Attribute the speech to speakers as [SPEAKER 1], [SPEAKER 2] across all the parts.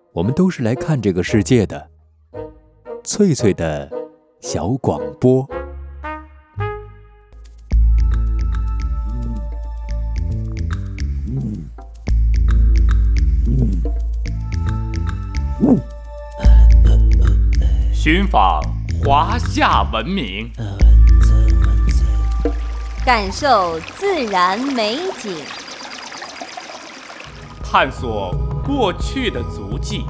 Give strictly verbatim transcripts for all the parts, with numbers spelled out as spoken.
[SPEAKER 1] 我们都是来看这个世界的。翠翠的小广播。
[SPEAKER 2] 寻访华夏文明，
[SPEAKER 3] 感受自然美景，
[SPEAKER 2] 探索过去的足迹，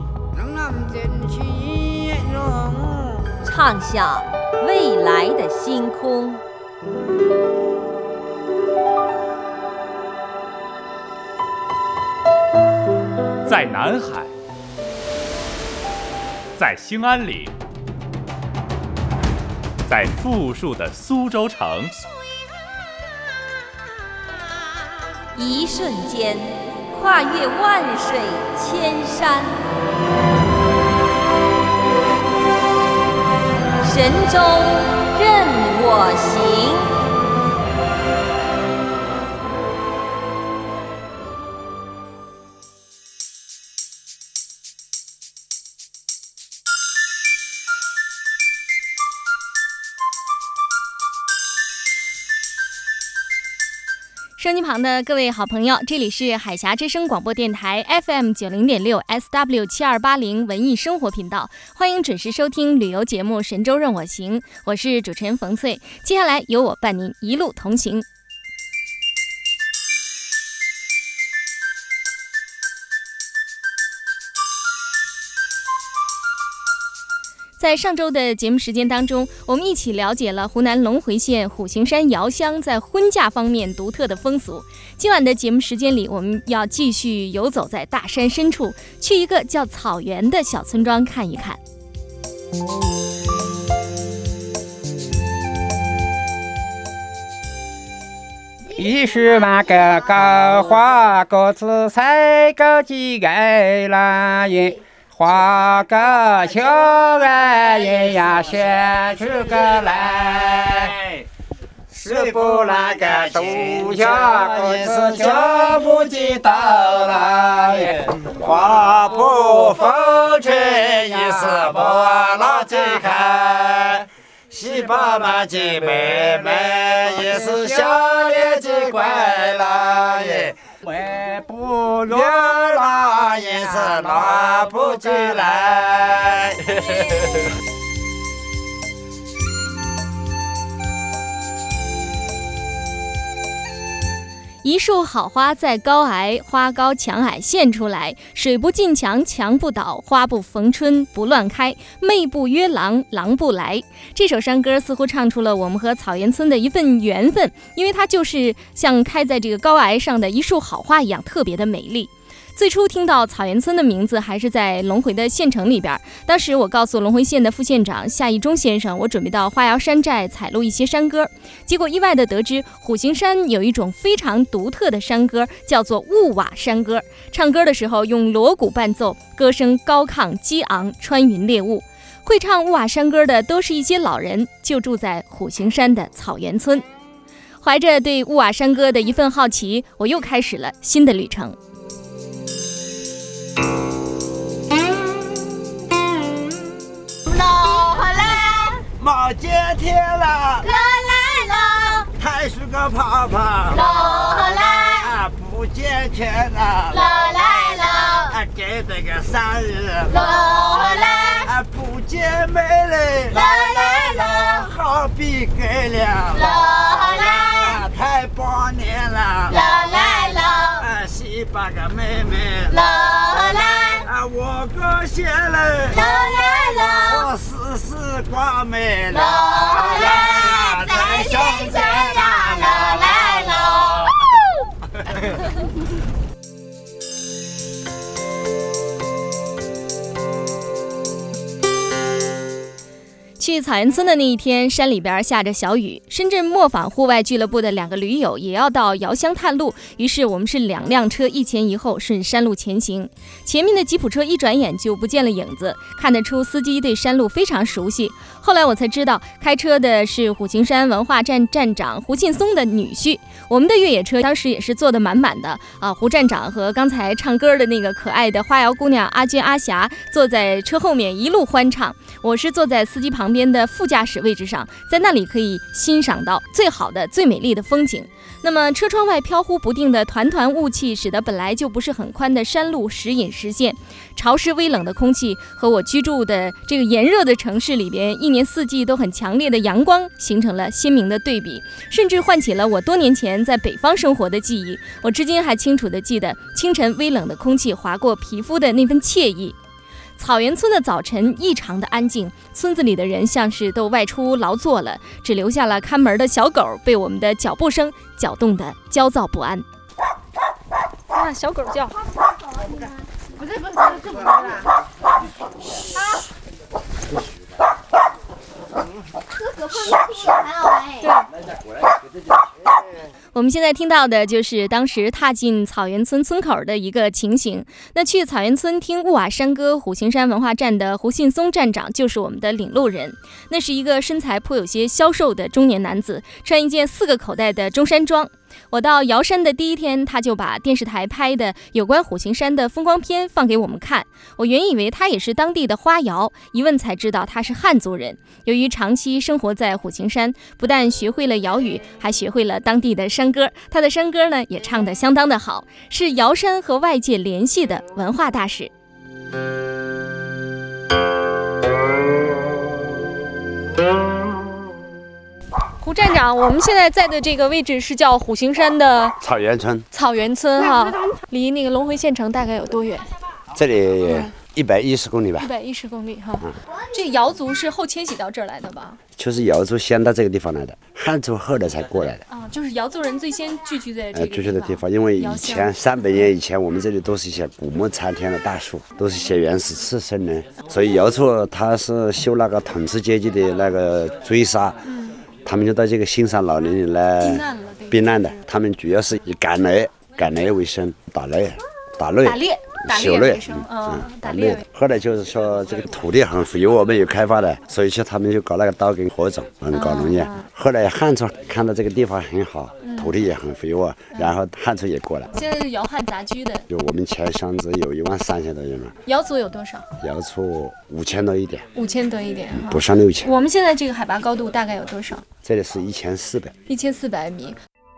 [SPEAKER 3] 畅想未来的星空。
[SPEAKER 2] 在南海，在兴安岭，在富庶的苏州城，
[SPEAKER 3] 一瞬间跨越万水千山，神州任我行。
[SPEAKER 4] 收音旁的各位好朋友，这里是海峡之声广播电台 F M 九零点六 S W 七二八零文艺生活频道，欢迎准时收听旅游节目《神州任我行》，我是主持人冯翠。接下来由我伴您一路同行。在上周的节目时间当中，我们一起了解了湖南隆回县虎形山瑶乡在婚嫁方面独特的风俗。今晚的节目时间里，我们要继续游走在大山深处，去一个叫草原的小村庄看一看。
[SPEAKER 5] 一十万个高花果子采高几个啦耶，花个小玩意呀显出个来，是不那个冬夏果子脚不知道啦耶，花不风吹一时不浪迹开，西巴马吉妹妹也是小年纪乖啦耶，外不落啦也是拉不进来。
[SPEAKER 4] 一树好花在高崖，花高墙矮现出来，水不进墙，墙不倒，花不逢春不乱开，妹不约郎，郎不来。这首山歌似乎唱出了我们和草原村的一份缘分，因为它就是像开在这个高崖上的一束好花一样特别的美丽。最初听到草原村的名字还是在隆回的县城里边，当时我告诉隆回县的副县长夏义忠先生，我准备到花瑶山寨采录一些山歌，结果意外的得知虎形山有一种非常独特的山歌，叫做雾瓦山歌。唱歌的时候用锣鼓伴奏，歌声高亢激昂，穿云猎雾。会唱雾瓦山歌的都是一些老人，就住在虎形山的草原村。怀着对雾瓦山歌的一份好奇，我又开始了新的旅程。
[SPEAKER 5] 老来冒尖天了，
[SPEAKER 3] 老来了，
[SPEAKER 5] 太是个泡泡，
[SPEAKER 3] 老来
[SPEAKER 5] 啊不见钱了，
[SPEAKER 3] 老来了，
[SPEAKER 5] 啊给这个生日，
[SPEAKER 3] 老来
[SPEAKER 5] 啊不见美人，
[SPEAKER 3] 老来了，
[SPEAKER 5] 好比给了，
[SPEAKER 3] 老来
[SPEAKER 5] 啊太棒年了，
[SPEAKER 3] 老来了，
[SPEAKER 5] 啊十八个妹妹，
[SPEAKER 3] 老来
[SPEAKER 5] 啊我个先人，
[SPEAKER 3] 老来了，
[SPEAKER 5] 我世世光美，
[SPEAKER 3] 老来在现在呀，老来了。
[SPEAKER 4] 去草原村的那一天，山里边下着小雨。深圳磨坊户外俱乐部的两个驴友也要到瑶乡探路，于是我们是两辆车一前一后顺山路前行。前面的吉普车一转眼就不见了影子，看得出司机对山路非常熟悉。后来我才知道，开车的是虎形山文化站站长胡劲松的女婿。我们的越野车当时也是坐得满满的啊，胡站长和刚才唱歌的那个可爱的花瑶姑娘阿娟阿霞坐在车后面一路欢唱。我是坐在司机旁边的副驾驶位置上，在那里可以欣赏到最好的最美丽的风景。那么车窗外飘忽不定的团团雾气，使得本来就不是很宽的山路时隐时现，潮湿微冷的空气和我居住的这个炎热的城市里边一年四季都很强烈的阳光形成了鲜明的对比，甚至唤起了我多年前在北方生活的记忆。我至今还清楚地记得清晨微冷的空气划过皮肤的那份惬意。草原村的早晨异常的安静，村子里的人像是都外出劳作了，只留下了看门的小狗被我们的脚步声搅动得焦躁不安。啊，小狗叫！
[SPEAKER 6] 不是不是，这不是啦。这个放还好哎。
[SPEAKER 4] 对。我们现在听到的就是当时踏进草原村村口的一个情形。那去草原村听雾瓦山歌虎形山文化站的胡信松站长就是我们的领路人。那是一个身材颇有些消瘦的中年男子，穿一件四个口袋的中山装。我到瑶山的第一天，他就把电视台拍的有关虎形山的风光片放给我们看。我原以为他也是当地的花瑶，一问才知道他是汉族人。由于长期生活在虎形山，不但学会了瑶语，还学会了当地的山歌。他的山歌呢，也唱得相当的好，是瑶山和外界联系的文化大使。胡站长，我们现在在的这个位置是叫虎形山的
[SPEAKER 7] 草原村。
[SPEAKER 4] 草原村哈，离那个龙回县城大概有多远？
[SPEAKER 7] 这里一百一十公里吧。
[SPEAKER 4] 一百一十公里哈。嗯、这瑶族是后迁徙到这儿来的吧？
[SPEAKER 7] 就是瑶族先到这个地方来的，汉族后来才过来的。
[SPEAKER 4] 啊，就是瑶族人最先聚居在这个地方。呃，
[SPEAKER 7] 聚居的地方，因为以前三百年以前，我们这里都是一些古木参天的大树，都是一些原始次生人，所以瑶族他是受那个统治阶级的那个追杀。嗯，他们就到这个新山老林里来避难的。他们主要是以赶猎、赶猎为生，打猎、打猎、
[SPEAKER 4] 打猎、
[SPEAKER 7] 狩猎，
[SPEAKER 4] 嗯，打猎。
[SPEAKER 7] 后来就是说这个土地很肥沃，没有开发的，所以说他们就搞那个刀耕火种，嗯，搞农业。后来汉族看到这个地方很好，土地也很肥沃，然后汉族也过来。
[SPEAKER 4] 现在是瑶汉杂居的。
[SPEAKER 7] 就我们全乡只有一万三千多人嘛。
[SPEAKER 4] 瑶族有多少？
[SPEAKER 7] 瑶族五千多一点。
[SPEAKER 4] 五千多一点，
[SPEAKER 7] 不上六千。
[SPEAKER 4] 我们现在这个海拔高度大概有多少？
[SPEAKER 7] 这里是一千四百。
[SPEAKER 4] 一千四百米。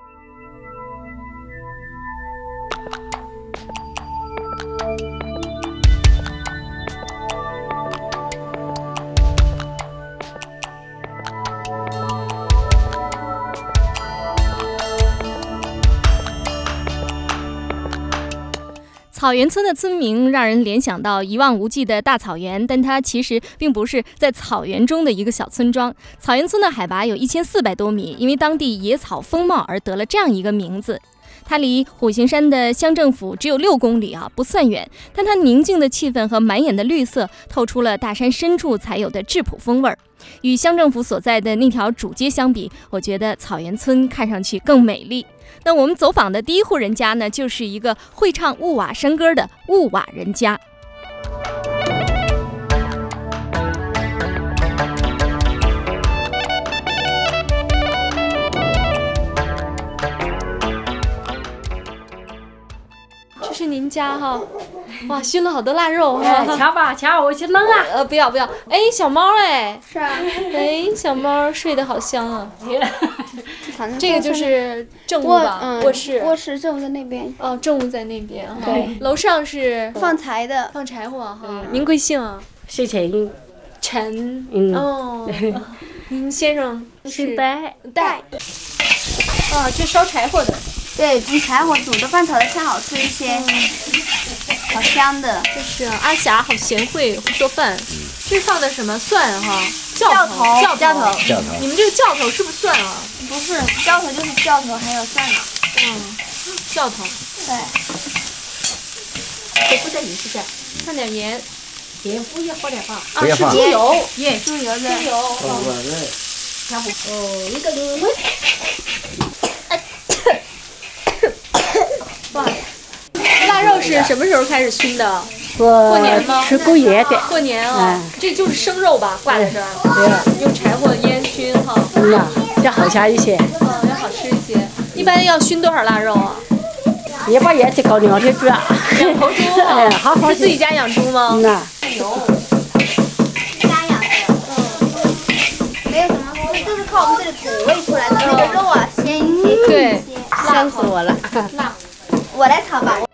[SPEAKER 4] 草原村的村名让人联想到一望无际的大草原，但它其实并不是在草原中的一个小村庄。草原村的海拔有一千四百多米，因为当地野草丰茂而得了这样一个名字。它离虎形山的乡政府只有六公里啊，不算远，但它宁静的气氛和满眼的绿色透出了大山深处才有的质朴风味儿。与乡政府所在的那条主街相比，我觉得草原村看上去更美丽。那我们走访的第一户人家呢，就是一个会唱雾瓦山歌的雾瓦人家。这是您家哈，哇，熏了好多腊肉哈！
[SPEAKER 6] 抢吧抢，我去扔啊！
[SPEAKER 4] 呃，不要不要，哎，小猫哎，
[SPEAKER 6] 是啊，
[SPEAKER 4] 哎，小猫睡得好香啊。这个就是正屋吧，
[SPEAKER 6] 嗯、
[SPEAKER 4] 卧室。
[SPEAKER 6] 卧室正屋在那边。
[SPEAKER 4] 哦，正屋在那边。
[SPEAKER 6] 对。
[SPEAKER 4] 楼上是
[SPEAKER 6] 放柴的。
[SPEAKER 4] 放柴火哈。嗯、您贵姓啊？
[SPEAKER 8] 姓陈。
[SPEAKER 4] 陈。
[SPEAKER 8] 嗯。
[SPEAKER 4] 哦。您先生
[SPEAKER 8] 姓戴。
[SPEAKER 4] 戴。啊，这烧柴火的。
[SPEAKER 6] 对，比柴火煮的饭炒的菜好吃一些，嗯、好香的。
[SPEAKER 4] 就是啊，阿霞好贤惠，会做饭。这放的什么蒜哈？
[SPEAKER 6] 教头，
[SPEAKER 4] 教
[SPEAKER 6] 教头，
[SPEAKER 7] 教头。
[SPEAKER 4] 你们这个教头是不是蒜啊？
[SPEAKER 6] 不是，教头就是教头，还有蒜了。
[SPEAKER 4] 嗯，教头。
[SPEAKER 6] 对。
[SPEAKER 4] 谁不在？你不在。放点盐。
[SPEAKER 8] 盐不也好点吧？
[SPEAKER 7] 不要放
[SPEAKER 4] 猪油，
[SPEAKER 6] 盐、猪油的。
[SPEAKER 4] 猪油，
[SPEAKER 8] 哦，一个芦荟。
[SPEAKER 4] 哇，腊肉是什么时候开始熏的？
[SPEAKER 8] 过
[SPEAKER 4] 年吗
[SPEAKER 8] 吃过夜的。
[SPEAKER 4] 过年啊，这就是生肉吧，挂在这儿，
[SPEAKER 8] 对，
[SPEAKER 4] 用柴火烟熏哈。
[SPEAKER 8] 嗯呐，要好下一些。
[SPEAKER 4] 嗯，要好吃一些。一般要熏多少腊肉啊？
[SPEAKER 8] 也把叶子搞两头猪啊。
[SPEAKER 4] 两头猪啊？
[SPEAKER 8] 哎，好好。
[SPEAKER 4] 是自己家养猪吗？
[SPEAKER 8] 嗯呐。
[SPEAKER 4] 有。
[SPEAKER 6] 家养的。嗯。没有什么，就是靠我们这里补喂出来的那个肉啊，鲜一些。
[SPEAKER 4] 对，
[SPEAKER 8] 香死我了。
[SPEAKER 4] 辣。
[SPEAKER 6] 我来炒吧。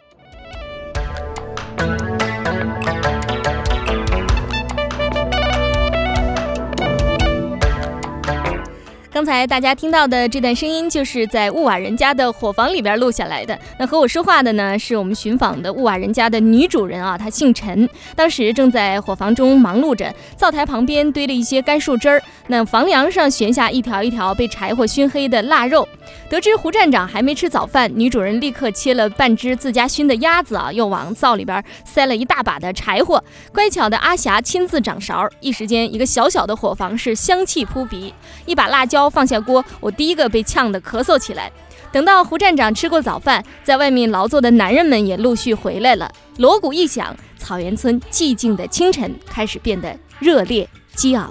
[SPEAKER 4] 刚才大家听到的这段声音，就是在雾瓦人家的伙房里边录下来的。那和我说话的呢，是我们寻访的雾瓦人家的女主人啊，她姓陈，当时正在伙房中忙碌着，灶台旁边堆了一些干树枝儿，那房梁上悬下一条一条被柴火熏黑的腊肉。得知胡站长还没吃早饭，女主人立刻切了半只自家熏的鸭子啊，又往灶里边塞了一大把的柴火。乖巧的阿霞亲自掌勺，一时间一个小小的伙房是香气扑鼻。一把辣椒放下锅，我第一个被呛得咳嗽起来。等到胡站长吃过早饭，在外面劳作的男人们也陆续回来了。锣鼓一响，草原村寂静的清晨开始变得热烈激昂。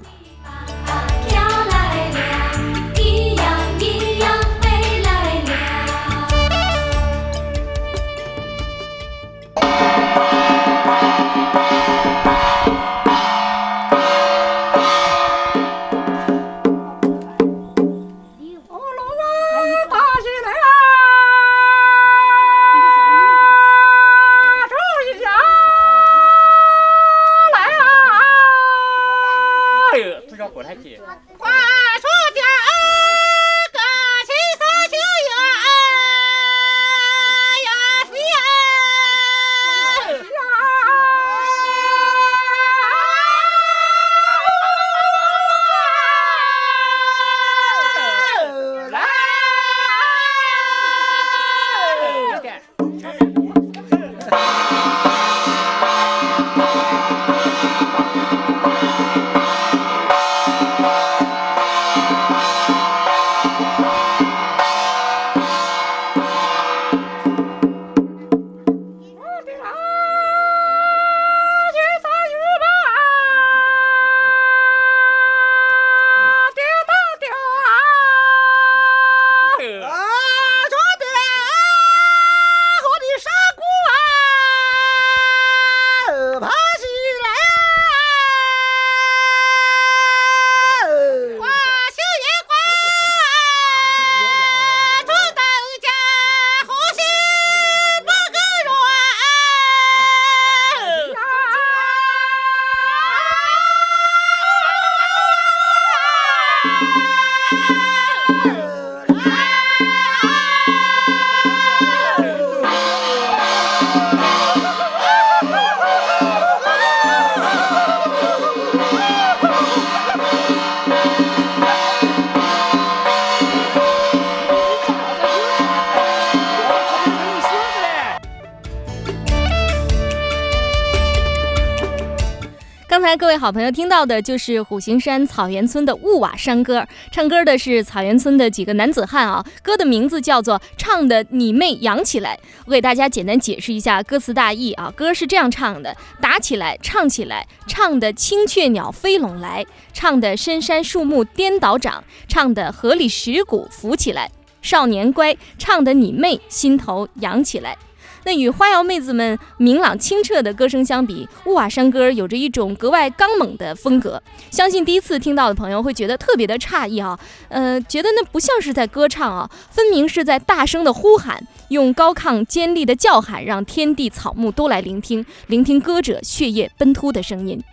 [SPEAKER 4] 刚才各位好朋友听到的就是虎形山草原村的雾瓦山歌，唱歌的是草原村的几个男子汉啊，歌的名字叫做唱的你妹扬起来。我给大家简单解释一下歌词大意啊，歌是这样唱的：打起来，唱起来，唱的青雀鸟飞拢来，唱的深山树木颠倒长，唱的河里石鼓浮起来，少年乖，唱的你妹心头扬起来。那与花瑶妹子们明朗清澈的歌声相比，雾瓦山歌有着一种格外刚猛的风格。相信第一次听到的朋友会觉得特别的诧异啊，呃，觉得那不像是在歌唱啊，分明是在大声的呼喊，用高亢尖利的叫喊，让天地草木都来聆听，聆听歌者血液奔突的声音。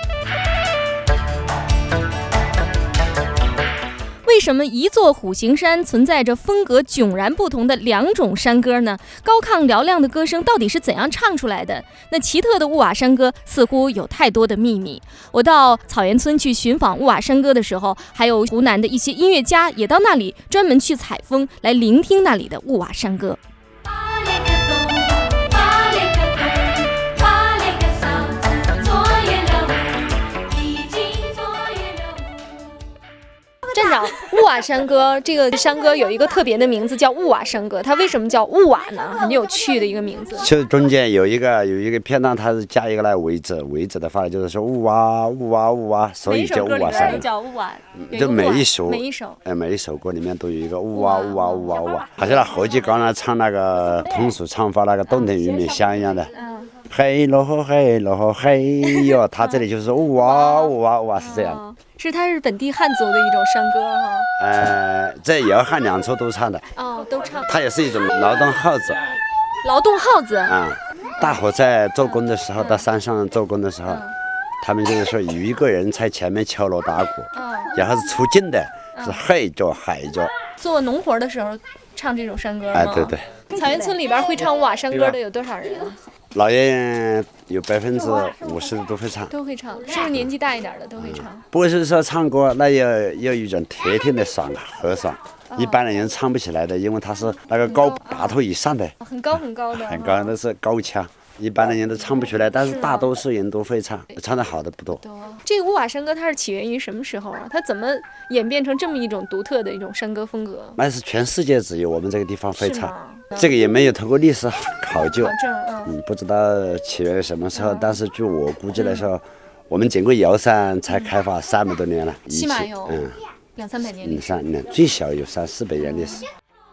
[SPEAKER 4] 为什么一座虎形山存在着风格迥然不同的两种山歌呢？高亢嘹亮的歌声到底是怎样唱出来的？那奇特的雾瓦山歌似乎有太多的秘密。我到草原村去寻访雾瓦山歌的时候，还有湖南的一些音乐家也到那里专门去采风，来聆听那里的雾瓦山歌。
[SPEAKER 9] 八列个东，八列个东，八列个嫂子，左右
[SPEAKER 4] 瓦山歌，这个山歌有一个特别的名字叫雾瓦山歌，它为什么叫雾瓦呢？很有趣的一个名字。
[SPEAKER 7] 就中间有一个有一个片段，它是加一个来位置，位置的话就是说雾啊雾啊雾啊，所以叫雾瓦山歌。
[SPEAKER 4] 叫雾瓦，
[SPEAKER 7] 就每一首
[SPEAKER 4] 每一首
[SPEAKER 7] 哎每一首歌里面都有一个雾啊雾啊雾啊雾啊，好像那后几刚才唱那个通俗唱法那个冬天玉米香一样的。嘿喽嘿喽嘿哟，他这里就是呜哇呜哇呜哇，是这样。哦、
[SPEAKER 4] 是它是本地汉族的一种山歌哈。
[SPEAKER 7] 呃，这姚汉两处都唱的。
[SPEAKER 4] 哦，都唱。
[SPEAKER 7] 它也是一种劳动号子。
[SPEAKER 4] 劳动号子。
[SPEAKER 7] 啊、嗯，大伙在做工的时候，到山上做工的时候，嗯、他们就是说有一个人在前面敲锣打鼓，嗯、然后是出劲的，嗯、是嘿着嗨着。
[SPEAKER 4] 做农活的时候唱这种山歌吗？
[SPEAKER 7] 哎，对对。
[SPEAKER 4] 草原村里边会唱雾瓦山歌的有多少人啊？
[SPEAKER 7] 老爷爷有百分之五十都会唱，
[SPEAKER 4] 都会唱，是不是年纪大一点的都会唱？嗯、
[SPEAKER 7] 不是说唱歌，那要要一种特定的嗓和嗓，哦、一般的人唱不起来的，因为他是那个高八头以上的，
[SPEAKER 4] 很高很高的，
[SPEAKER 7] 很高那是高腔。一般的人都唱不出来，但是大多数人都会唱，唱得好的不多。
[SPEAKER 4] 这个雾瓦山歌它是起源于什么时候啊？它怎么演变成这么一种独特的一种山歌风格？
[SPEAKER 7] 那是全世界只有我们这个地方会唱，这个也没有通过历史考究，
[SPEAKER 4] 嗯,
[SPEAKER 7] 嗯，不知道起源于什么时候，嗯、但是据我估计来说，嗯、我们整个瑶山才开发三百多年了，
[SPEAKER 4] 起码有
[SPEAKER 7] 嗯
[SPEAKER 4] 两三百年历史，
[SPEAKER 7] 嗯，最少有三四百年历史。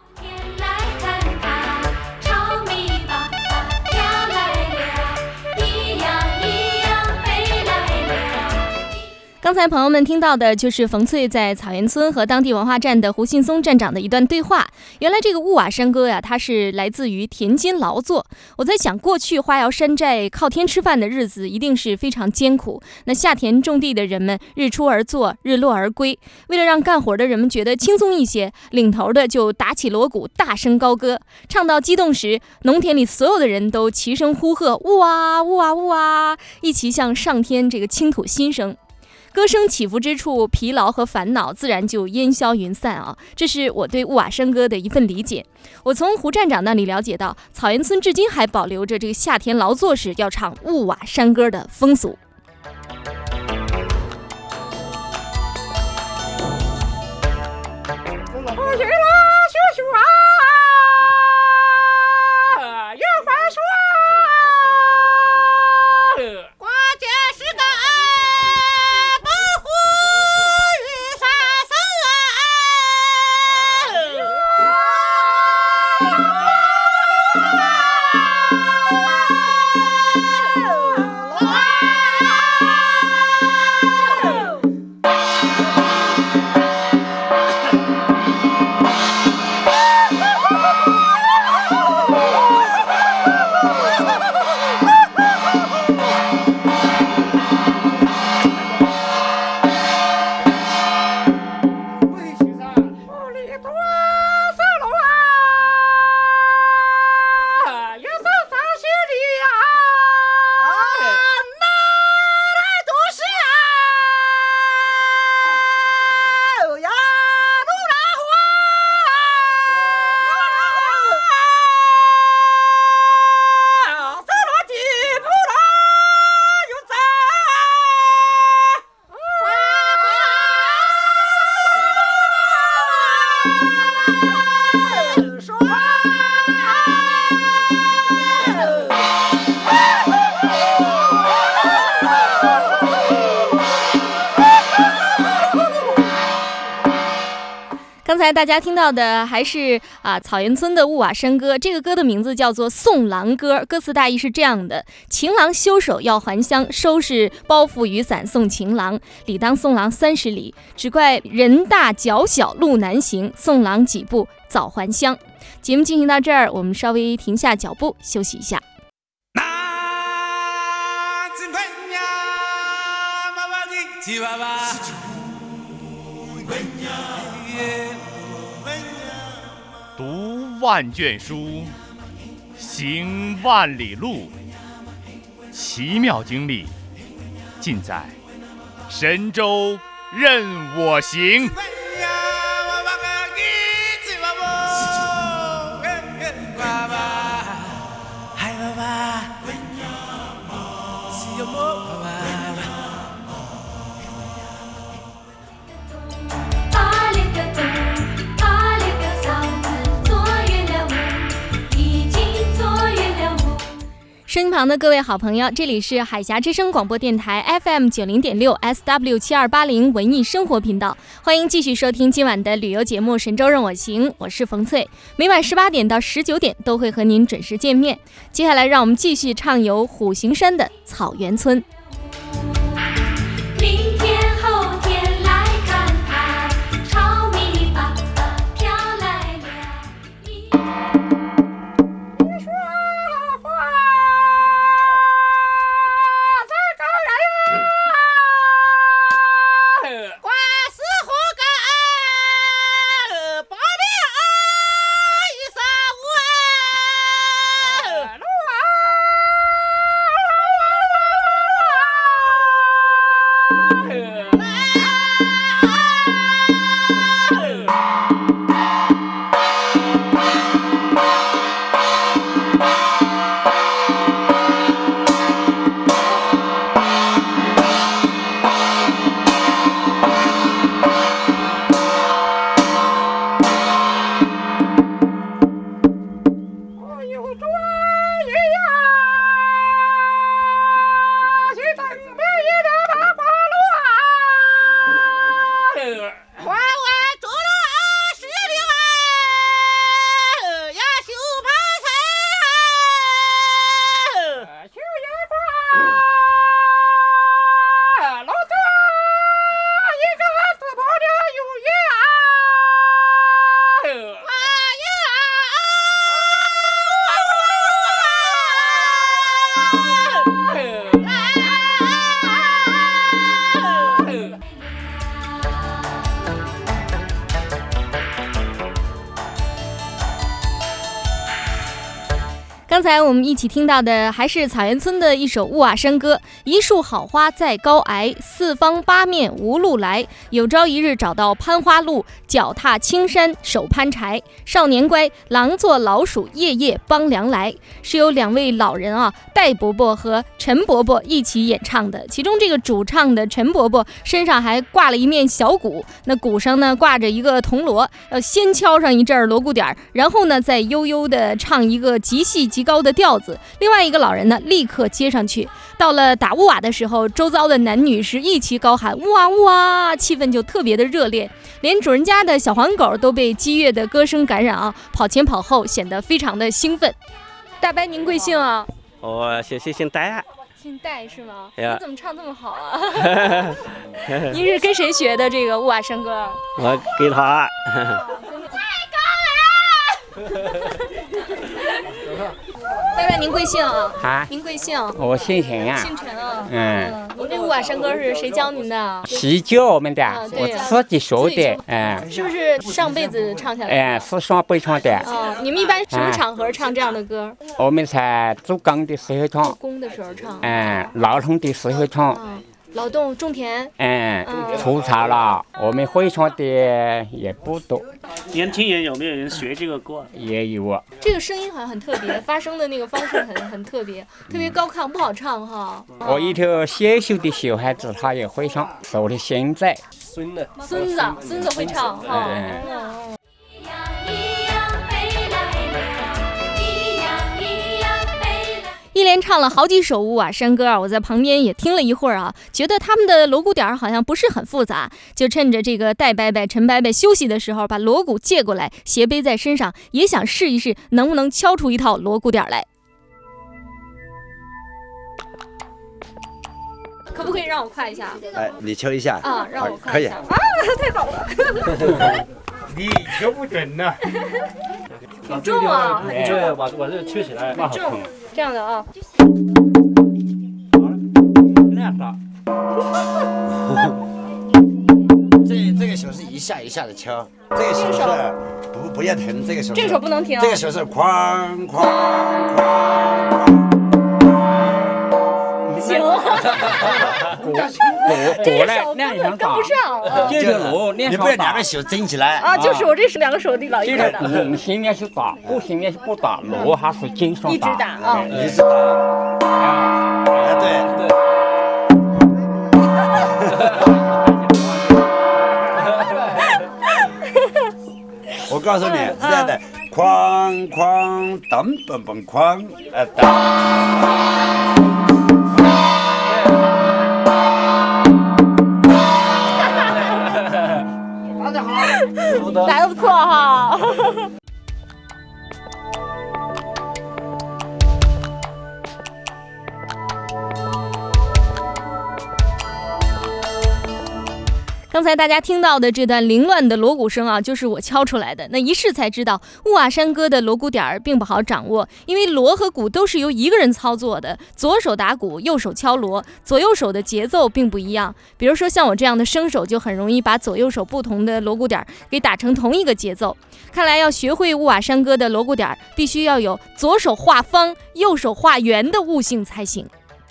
[SPEAKER 4] 刚才朋友们听到的就是冯翠在草原村和当地文化站的胡信松站长的一段对话。原来这个雾瓦山歌呀，它是来自于田间劳作。我在想，过去花瑶山寨靠天吃饭的日子一定是非常艰苦。那下田种地的人们日出而作，日落而归。为了让干活的人们觉得轻松一些，领头的就打起锣鼓，大声高歌。唱到激动时，农田里所有的人都齐声呼喝：雾啊雾啊雾啊！一起向上天这个倾吐心声。歌声起伏之处，疲劳和烦恼自然就烟消云散啊！这是我对雾瓦山歌的一份理解。我从胡站长那里了解到，草原村至今还保留着这个夏天劳作时要唱雾瓦山歌的风俗。刚才大家听到的还是啊草原村的雾瓦山歌，这个歌的名字叫做《送郎歌》，歌词大意是这样的：情郎修手要还乡，收拾包袱雨伞送情郎，理当送郎三十里，只怪人大脚小路难行，送郎几步早还乡。节目进行到这儿，我们稍微停下脚步休息一下。
[SPEAKER 2] 读万卷书，行万里路，奇妙经历尽在神州任我行。
[SPEAKER 9] 巴里个
[SPEAKER 4] 身旁的各位好朋友，这里是海峡之声广播电台 F M 九零点六 S W 七二八零文艺生活频道，欢迎继续收听今晚的旅游节目《神州任我行》，我是冯翠，每晚十八点到十九点都会和您准时见面。接下来让我们继续畅游虎形山的草原村。
[SPEAKER 9] 明天后天来看看，炒米粑粑飘来了。你说话在高原呀，挂石虎杆，保命一三五路啊。
[SPEAKER 4] 刚才我们一起听到的还是草原村的一首雾瓦山歌，一树好花在高崖，四方八面无路来，有朝一日找到攀花路，脚踏青山手攀柴，少年乖，狼做老鼠，夜夜帮粮来，是由两位老人啊，戴伯伯和陈伯伯一起演唱的。其中这个主唱的陈伯伯身上还挂了一面小鼓，那鼓上呢挂着一个铜锣，要先敲上一阵锣鼓点，然后呢再悠悠的唱一个极细极高的调子，另外一个老人呢立刻接上去。到了打乌瓦的时候，周遭的男女是一起高喊哇哇，气氛就特别的热烈，连主人家的小黄狗都被激越的歌声感染啊，跑前跑后，显得非常的兴奋。大伯您贵姓啊？
[SPEAKER 10] 我姓姓姓戴，
[SPEAKER 4] 姓戴是吗？
[SPEAKER 10] 呀，
[SPEAKER 4] 你怎么唱这么好啊？您是跟谁学的这个乌瓦山歌？
[SPEAKER 10] 我给他。
[SPEAKER 4] 大伯您贵姓啊？
[SPEAKER 5] 啊，
[SPEAKER 4] 您贵姓？
[SPEAKER 5] 我姓陈啊。
[SPEAKER 4] 姓陈啊。
[SPEAKER 5] 嗯。
[SPEAKER 4] 您这乌瓦山歌是谁教您的？
[SPEAKER 5] 是教我们的，
[SPEAKER 4] 啊对呀
[SPEAKER 5] 我自己学的，嗯。
[SPEAKER 4] 是不是上辈子唱下来的？
[SPEAKER 5] 哎，是上辈唱的。
[SPEAKER 4] 哦，你们一般什么场合唱这样的歌？
[SPEAKER 5] 我们在做工的时候唱。
[SPEAKER 4] 做工的时候唱。
[SPEAKER 5] 嗯，劳动的时候唱。
[SPEAKER 4] 嗯，劳动种田。
[SPEAKER 5] 嗯，出差了，我们会唱的也不多。
[SPEAKER 11] 年轻人有没有人学这个歌？
[SPEAKER 5] 也有啊。
[SPEAKER 4] 这个声音好像很特别，发声的那个方式很很特别，特别高亢，不好唱哈。
[SPEAKER 5] 我一条小小的小孩子，他也会唱，是我的现在
[SPEAKER 11] 孙子，
[SPEAKER 4] 孙子，孙子会唱哈。
[SPEAKER 5] 嗯
[SPEAKER 4] 一连唱了好几首乌瓦山歌啊，我在旁边也听了一会儿啊，觉得他们的锣鼓点好像不是很复杂，就趁着这个戴伯伯、陈伯伯休息的时候，把锣鼓借过来，斜背在身上，也想试一试能不能敲出一套锣鼓点来。可不可以让我快一下？
[SPEAKER 7] 哎，你敲一下
[SPEAKER 4] 啊，让我
[SPEAKER 7] 快一下。
[SPEAKER 4] 啊，太好了！
[SPEAKER 5] 你敲不准呢。
[SPEAKER 4] 挺重啊，很重。
[SPEAKER 11] 对，我我这吹起来
[SPEAKER 4] 很重，这样的啊。
[SPEAKER 5] 练了。
[SPEAKER 7] 这这个手是一下一下的敲，这个手是不不要停，这个手
[SPEAKER 4] 这个手不能停，
[SPEAKER 7] 这个手是哐哐哐。
[SPEAKER 4] 行。这个手根本跟不上，
[SPEAKER 5] 这个锣练
[SPEAKER 7] 你不要两个手整起来
[SPEAKER 4] 啊！就是我这是两个手的老一个的。
[SPEAKER 5] 鼓现在是打，鼓现在是不打，锣还是经常打。
[SPEAKER 4] 一直打啊，
[SPEAKER 7] 一直打。啊，对对。我告诉你，是这样的， 哐哐当梆梆哐，呃当。
[SPEAKER 4] 来的不错哈。刚才大家听到的这段凌乱的锣鼓声啊，就是我敲出来的。那一试才知道，雾瓦山歌的锣鼓点儿并不好掌握，因为锣和鼓都是由一个人操作的，左手打鼓，右手敲锣，左右手的节奏并不一样。比如说像我这样的生手，就很容易把左右手不同的锣鼓点儿给打成同一个节奏。看来要学会雾瓦山歌的锣鼓点儿，必须要有左手画方，右手画圆的悟性才行。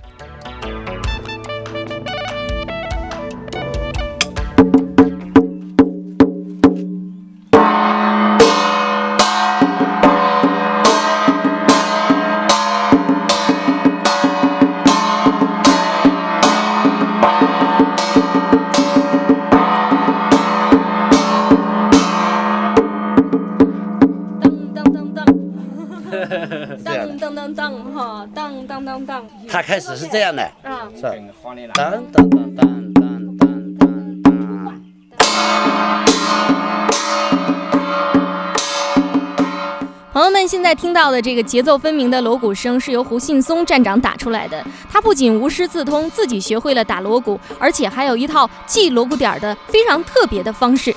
[SPEAKER 4] 当当当当哈，当当当当。
[SPEAKER 7] 他开始是这样的，
[SPEAKER 4] 啊，
[SPEAKER 7] 是当当当当当当当当。
[SPEAKER 4] 朋友们现在听到的这个节奏分明的锣鼓声是由胡信松站长打出来的。他不仅无师自通，自己学会了打锣鼓，而且还有一套记锣鼓点的非常特别的方式。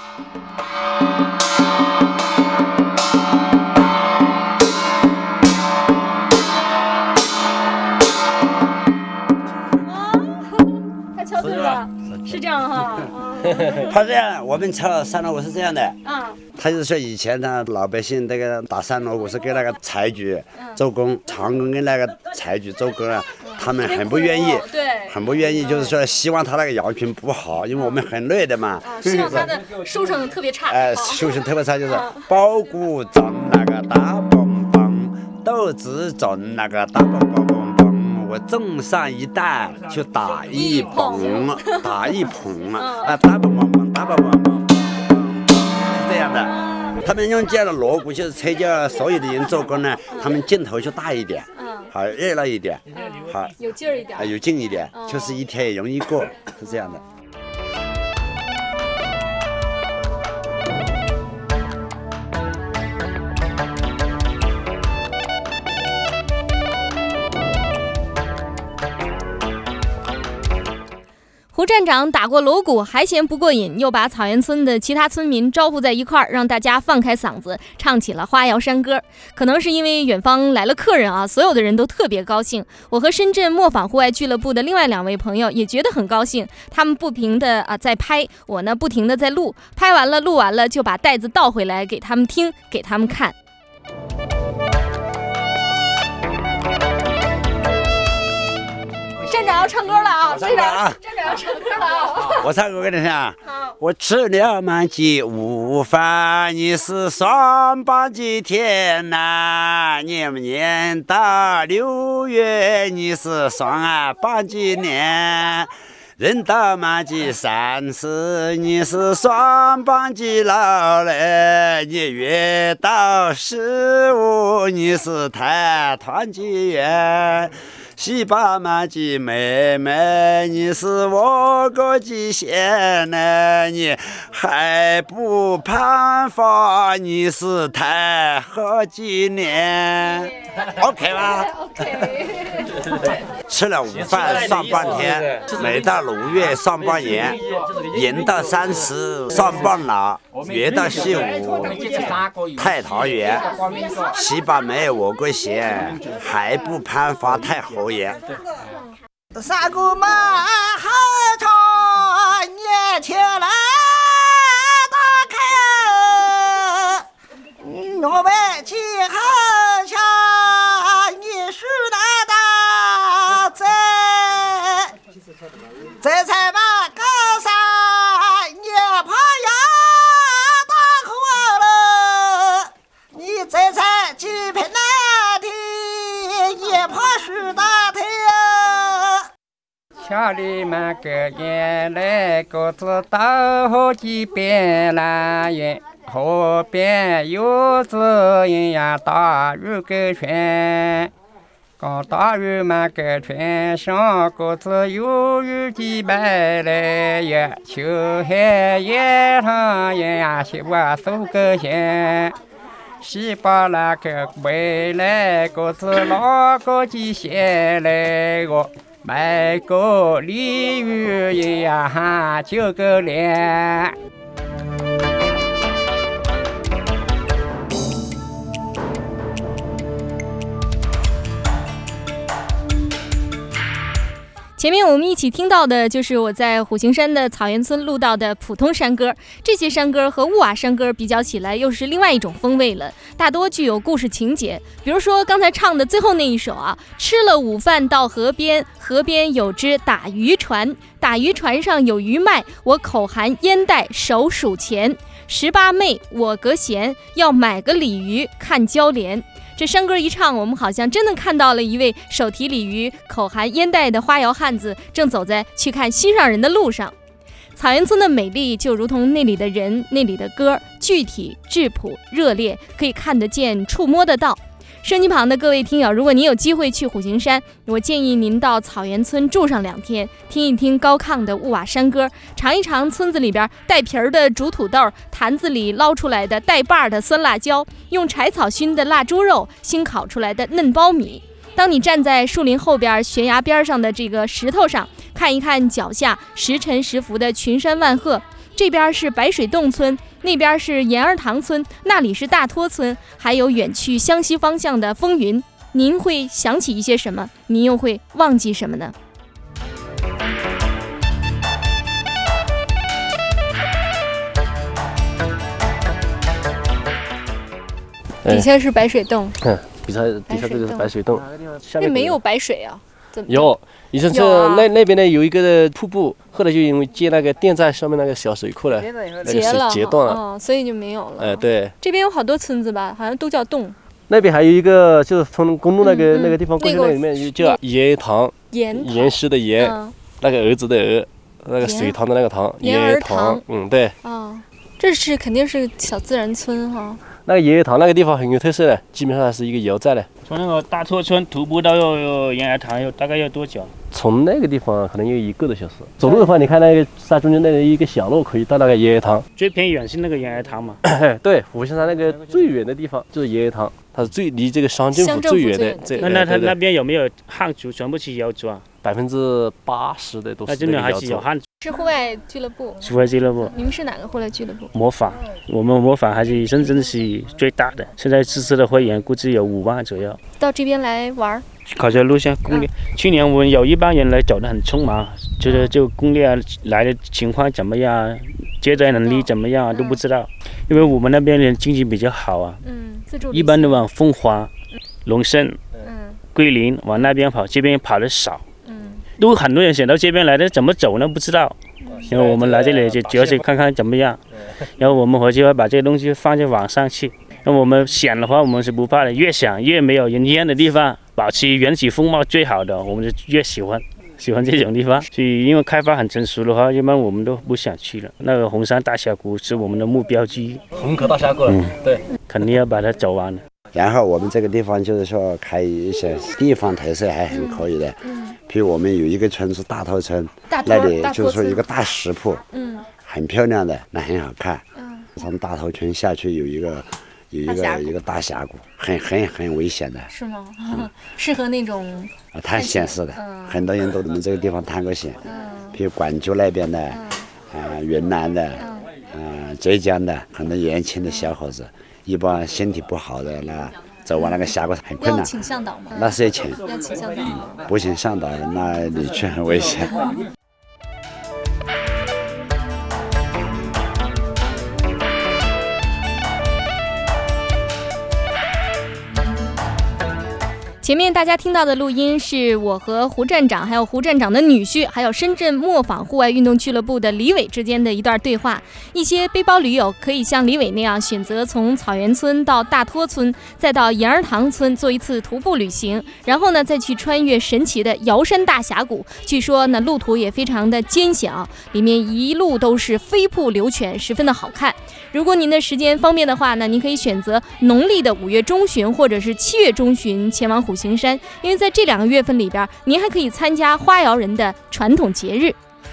[SPEAKER 4] 敲对了，是这样哈。
[SPEAKER 7] 他这样，我们敲三锣鼓是这样的。
[SPEAKER 4] 啊。
[SPEAKER 7] 他就是说以前呢，老百姓那个打三锣鼓是给那个财主做工，长工跟那个财主做工啊，他们很不愿意，
[SPEAKER 4] 对，
[SPEAKER 7] 很不愿意，就是说希望他那个羊群不好，因为我们很累的嘛。
[SPEAKER 4] 啊，希望他的收成特别差。
[SPEAKER 7] 哎，收成特别差，就是包谷种那个大蹦蹦，豆子种那个大蹦蹦蹦蹦，我种上一担就打一捧，打一捧啊，大蹦蹦蹦，大蹦蹦蹦。这样的，他们用这样的锣鼓，就是催叫所有的人做工呢，他们劲头就大一点，好热闹一点，好
[SPEAKER 4] 有劲儿一点，
[SPEAKER 7] 有劲一点，就是一天也容易过，是这样的。
[SPEAKER 4] 胡站长打过锣鼓还嫌不过瘾，又把草原村的其他村民招呼在一块儿，让大家放开嗓子唱起了花摇山歌。可能是因为远方来了客人啊，所有的人都特别高兴。我和深圳磨坊户外俱乐部的另外两位朋友也觉得很高兴，他们不停的啊在拍，我呢不停的在录，拍完了录完了就把袋子倒回来给他们听，给他们看。站长要唱歌了啊！站长，站长要唱歌了啊！
[SPEAKER 7] 我唱歌给你听啊！我吃了满几午饭，你是双棒几天呐？念不念到六月，你是双棒几年？人到满几三十，你是双棒几老了？你越到十五，你是太团几远？西巴马吉妹妹，你是我个几仙呢？你还不攀发，你是太好几年 ？OK 吧
[SPEAKER 4] ？OK。
[SPEAKER 7] 吃了午饭上半天，每到六月上半年，人到三十上半老，月到十五太桃园，西巴妹我个仙，还不攀发太好。
[SPEAKER 12] 三姑妈好长，年轻来打开，我们去好像你是那大在，在在嘛高山也怕呀大火了，你在在几盆那的也怕是大。
[SPEAKER 5] 桥里面个眼来，狗子倒好几遍啦耶！ 河边有只人呀，大鱼搁船。刚大鱼满个船上，个子有鱼几百来呀，秋海夜上呀，西瓜收个线。西巴那个回来，个子老个几些来个，买个鲤鱼呀，哈就个脸。
[SPEAKER 4] 前面我们一起听到的就是我在虎形山的草原村录到的普通山歌，这些山歌和雾瓦山歌比较起来又是另外一种风味了，大多具有故事情节。比如说刚才唱的最后那一首啊，吃了午饭到河边，河边有只打渔船，打渔船上有鱼卖，我口含烟袋手数钱，十八妹我隔闲，要买个鲤鱼看交联。这山歌一唱，我们好像真的看到了一位手提鲤鱼、口含烟袋的花窑汉子，正走在去看心上人的路上。草原村的美丽就如同那里的人、那里的歌，具体、质朴、热烈，可以看得见、触摸得到。收音机旁的各位听友，如果您有机会去虎形山，我建议您到草原村住上两天，听一听高亢的雾瓦山歌，尝一尝村子里边带皮儿的煮土豆，坛子里捞出来的带把儿的酸辣椒，用柴草熏的腊猪肉，新烤出来的嫩苞米。当你站在树林后边悬崖边上的这个石头上，看一看脚下时沉时浮的群山万壑，这边是白水洞村，那边是盐儿塘村，那里是大托村，还有远去湘西方向的风云，您会想起一些什么？您又会忘记什么呢？底下是白水洞，
[SPEAKER 13] 嗯，底下底下这个是白水洞，
[SPEAKER 4] 那没有白水啊？
[SPEAKER 13] 有，以前这、啊、那那边呢有一个瀑布，后来就因为建那个电站上面那个小水库了，
[SPEAKER 4] 截了，
[SPEAKER 13] 截断了，
[SPEAKER 4] 哦，所以就没有了。
[SPEAKER 13] 哎、呃，对。
[SPEAKER 4] 这边有好多村子吧，好像都叫洞。
[SPEAKER 13] 那边还有一个，就是从公路那个、
[SPEAKER 4] 嗯嗯、
[SPEAKER 13] 那个地方过去，那里面叫盐塘，
[SPEAKER 4] 盐
[SPEAKER 13] 岩石的盐、嗯，那个儿子的儿，那个水塘的那个塘，
[SPEAKER 4] 盐
[SPEAKER 13] 塘，嗯，对。
[SPEAKER 4] 哦，这是肯定是小自然村哈。
[SPEAKER 13] 那个盐塘那个地方很有特色的，基本上是一个窑寨的。
[SPEAKER 11] 从那个大托村徒步到盐儿塘，要大概要多久？
[SPEAKER 13] 从那个地方可能要一个多小时。走路的话，你看那个山中间那一个小路可以到那个盐儿塘。
[SPEAKER 11] 最偏远是那个盐儿塘嘛？
[SPEAKER 13] 对，虎形山那个最远的地方就是盐儿塘，它是最离这个乡政府最远的。
[SPEAKER 11] 这那那他那边有没有汉族？全部是瑶族啊？
[SPEAKER 13] 百分之八十的都是。
[SPEAKER 11] 那真的还是有汉族。
[SPEAKER 4] 是户外俱乐部。
[SPEAKER 11] 户外俱乐部。
[SPEAKER 4] 你们是哪个户外俱乐部？
[SPEAKER 11] 模仿，我们模仿还是深圳是最大的。现在支持的会员估计有五万左右。
[SPEAKER 4] 到这边来玩。
[SPEAKER 11] 考察路线攻略、嗯。去年我们有一帮人来走得很匆忙，觉得就攻略来的情况怎么样，接载能力怎么样、嗯、都不知道，因为我们那边人经济比较好啊。
[SPEAKER 4] 嗯，自助。
[SPEAKER 11] 一般都往凤凰、龙胜、
[SPEAKER 4] 嗯、
[SPEAKER 11] 桂林往那边跑，这边跑的少。嗯。都很多人想到这边来的，怎么走呢？不知道。然后我们来这里就主要是看看怎么样，然后我们回去会把这个东西放在网上去。那我们想的话，我们是不怕的，越想越没有人烟的地方，保持原始风貌最好的，我们就越喜欢喜欢这种地方。所以因为开发很成熟的话，一般我们都不想去了。那个红山大峡谷是我们的目标之一。
[SPEAKER 13] 红河大峡谷，嗯，对，
[SPEAKER 11] 肯定要把它走完的。
[SPEAKER 7] 然后我们这个地方就是说开一些地方特色还很可以的，嗯，比如我们有一个村是大头村，那里就是说一个大石铺，嗯，很漂亮的，那很好看。嗯，从大头村下去有一个有一个一个大峡谷，很很很危险的。
[SPEAKER 4] 是吗？嗯、适合那种
[SPEAKER 7] 啊探险式的、嗯，很多人都我们这个地方探过险，嗯，比如广州那边的，嗯、呃，云南的，嗯、呃，浙江的，很多年轻的小伙子。一般身体不好的那走完那个峡谷很困难。
[SPEAKER 4] 要请向导吗？
[SPEAKER 7] 那是要请。
[SPEAKER 4] 要请向导。
[SPEAKER 7] 不请向导，那你去很危险。
[SPEAKER 4] 其前面大家听到的录音是我和胡站长还有胡站长的女婿还有深圳磨坊户外运动俱乐部的李伟之间的一段对话。一些背包驴友可以像李伟那样选择从草原村到大托村再到盐儿塘村做一次徒步旅行，然后呢再去穿越神奇的瑶山大峡谷，据说呢路途也非常的艰险，里面一路都是飞瀑流泉，十分的好看。如果您的时间方便的话呢，您可以选择农历的五月中旬或者是七月中旬前往虎形山，因为在这两个月份里边，您还可以参加花瑶人的传统节日。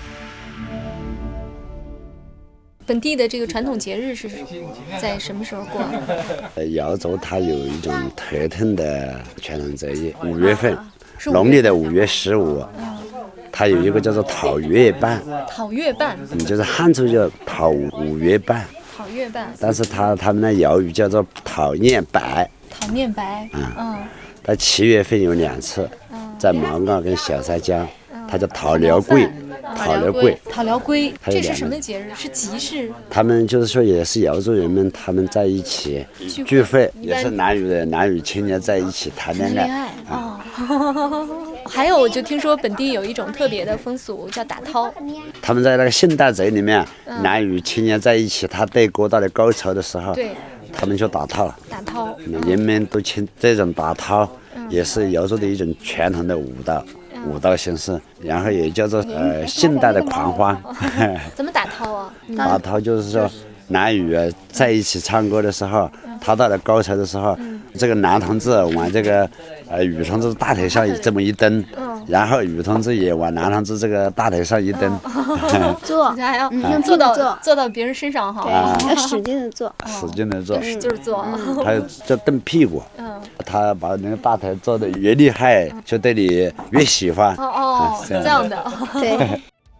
[SPEAKER 4] 本地的这个传统节日是在什么时候过？
[SPEAKER 7] 呃，瑶族它有一种特定的传统节日，五月份，农历的五月十五，它有一个叫做讨月半。
[SPEAKER 4] 讨月半，
[SPEAKER 7] 嗯，就是汉族叫讨五月半。
[SPEAKER 4] 讨月半，
[SPEAKER 7] 但是它他们的瑶语叫做讨念白。
[SPEAKER 4] 讨念白，嗯。嗯
[SPEAKER 7] 在七月份有两次，在毛岗跟小沙江，它叫讨辽桂，讨辽桂，
[SPEAKER 4] 讨辽桂，这是什么节日？是集市？
[SPEAKER 7] 他们就是说也是瑶族人们，他们在一起聚会，也是男女的男女青年在一起谈恋爱。
[SPEAKER 4] 哦，还有我就听说本地有一种特别的风俗叫打涛，
[SPEAKER 7] 他们在那个兴大贼里面，男女青年在一起，他对歌到了高潮的时候，
[SPEAKER 4] 对。
[SPEAKER 7] 他们就打涛，
[SPEAKER 4] 打涛，
[SPEAKER 7] 人们都称这种打涛也是瑶族的一种传统的舞蹈，舞蹈形式，然后也叫做呃现代的狂欢。
[SPEAKER 4] 怎么打涛啊？
[SPEAKER 7] 打涛就是说男女啊在一起唱歌的时候，他到了高潮的时候，这个男同志往这个呃女同志大腿上这么一蹬，然后女同志也往男同志这个大腿上一蹬，
[SPEAKER 6] 坐，
[SPEAKER 4] 还要坐到坐到别人身上哈，
[SPEAKER 6] 要使劲的坐，
[SPEAKER 7] 使劲的坐，
[SPEAKER 4] 就是坐，
[SPEAKER 7] 还有叫蹬屁股，他把那个大腿做的越厉害，就对你越喜欢。
[SPEAKER 4] 哦哦，这样的，
[SPEAKER 6] 对。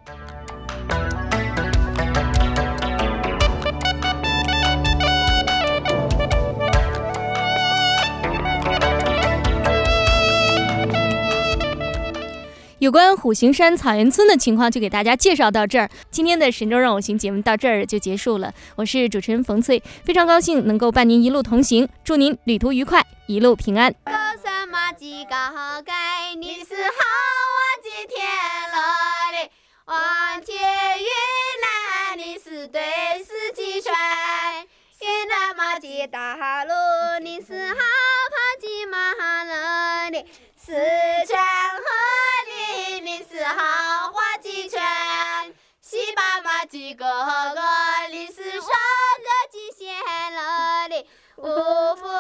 [SPEAKER 4] 有关虎形山草原村的情况就给大家介绍到这儿。今天的神州让我行节目到这儿就结束了，我是主持人冯翠，非常高兴能够伴您一路同行，祝您旅途愉快，一路平安。
[SPEAKER 6] 高山马吉高盖，你是好我吉天乐哩，望天云南你是对四季春，云南马吉大路你是好跑吉马乐哩，四川河里你是好花鸡圈，西巴马吉哥哥你是双个吉线乐哩，五福